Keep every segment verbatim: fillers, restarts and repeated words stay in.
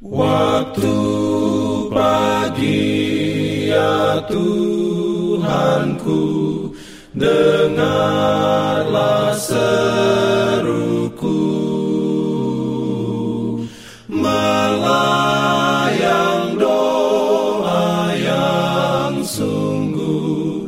Waktu pagi ya Tuhanku, dengarlah seruku, melayang doa yang sungguh,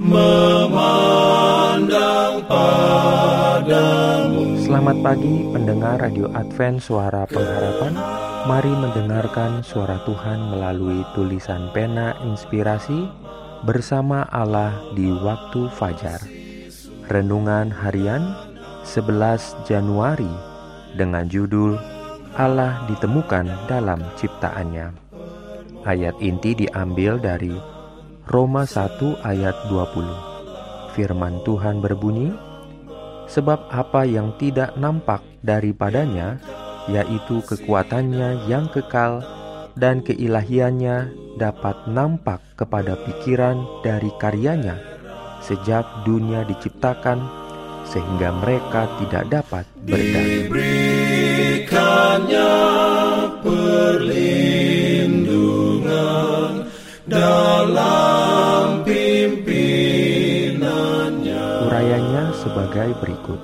memandang padamu. Selamat pagi pendengar Radio Advent Suara Pengharapan. Mari mendengarkan suara Tuhan melalui tulisan pena inspirasi bersama Allah di waktu fajar. Renungan harian sebelas Januari dengan judul Allah ditemukan dalam ciptaannya. Ayat inti diambil dari Roma satu ayat dua puluh. Firman Tuhan berbunyi, sebab apa yang tidak nampak daripadanya, yaitu kekuatannya yang kekal dan keilahiannya, dapat nampak kepada pikiran dari karyanya sejak dunia diciptakan, sehingga mereka tidak dapat berdalih. Diberikannya perlindungan dalam pimpinannya. Urayanya sebagai berikut.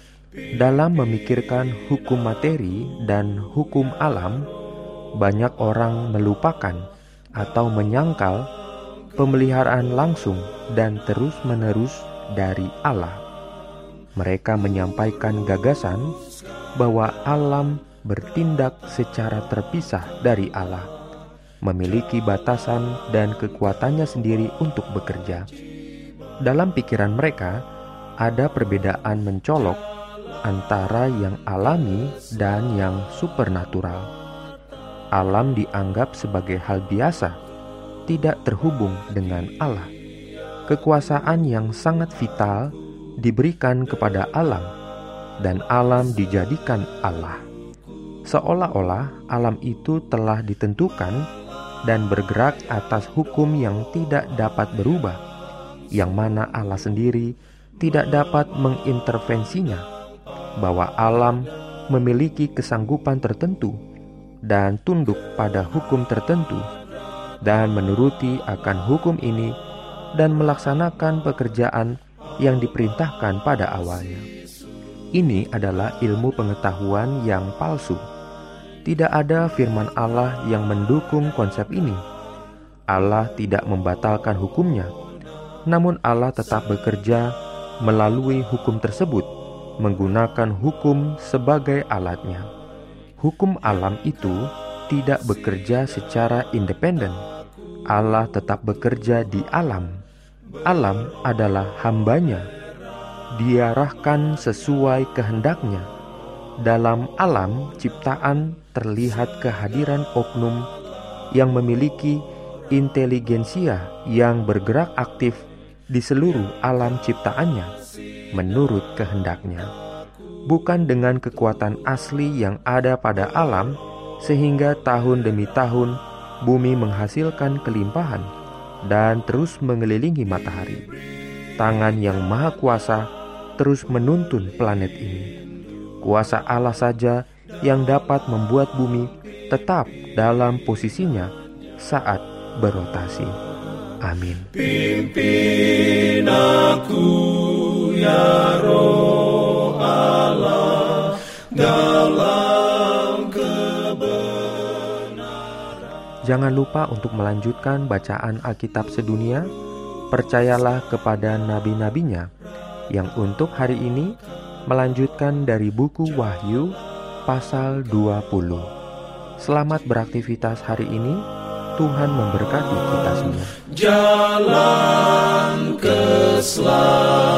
Dalam memikirkan hukum materi dan hukum alam, banyak orang melupakan atau menyangkal pemeliharaan langsung dan terus-menerus dari Allah. Mereka menyampaikan gagasan bahwa alam bertindak secara terpisah dari Allah, memiliki batasan dan kekuatannya sendiri untuk bekerja. Dalam pikiran mereka, ada perbedaan mencolok antara yang alami dan yang supernatural. Alam dianggap sebagai hal biasa, tidak terhubung dengan Allah. Kekuasaan yang sangat vital diberikan kepada alam, dan alam dijadikan Allah. Seolah-olah alam itu telah ditentukan dan bergerak atas hukum yang tidak dapat berubah, yang mana Allah sendiri tidak dapat mengintervensinya, bahwa alam memiliki kesanggupan tertentu dan tunduk pada hukum tertentu dan menuruti akan hukum ini dan melaksanakan pekerjaan yang diperintahkan pada awalnya. Ini adalah ilmu pengetahuan yang palsu. Tidak ada firman Allah yang mendukung konsep ini. Allah tidak membatalkan hukumnya, namun Allah tetap bekerja melalui hukum tersebut, menggunakan hukum sebagai alatnya. Hukum alam itu tidak bekerja secara independen. Allah tetap bekerja di alam. Alam adalah hambanya, diarahkan sesuai kehendaknya. Dalam alam ciptaan terlihat kehadiran oknum yang memiliki inteligensia yang bergerak aktif di seluruh alam ciptaannya menurut kehendaknya, bukan dengan kekuatan asli yang ada pada alam, sehingga tahun demi tahun bumi menghasilkan kelimpahan dan terus mengelilingi matahari. Tangan yang maha kuasa terus menuntun planet ini. Kuasa Allah saja yang dapat membuat bumi tetap dalam posisinya saat berotasi. Amin. Pimpin aku ya Roh Allah dalam kebenaran. Jangan lupa untuk melanjutkan bacaan Alkitab sedunia. Percayalah kepada nabi-nabinya yang untuk hari ini melanjutkan dari buku Wahyu pasal dua puluh. Selamat beraktivitas hari ini. Tuhan memberkati kita semua. Jalan keselamatan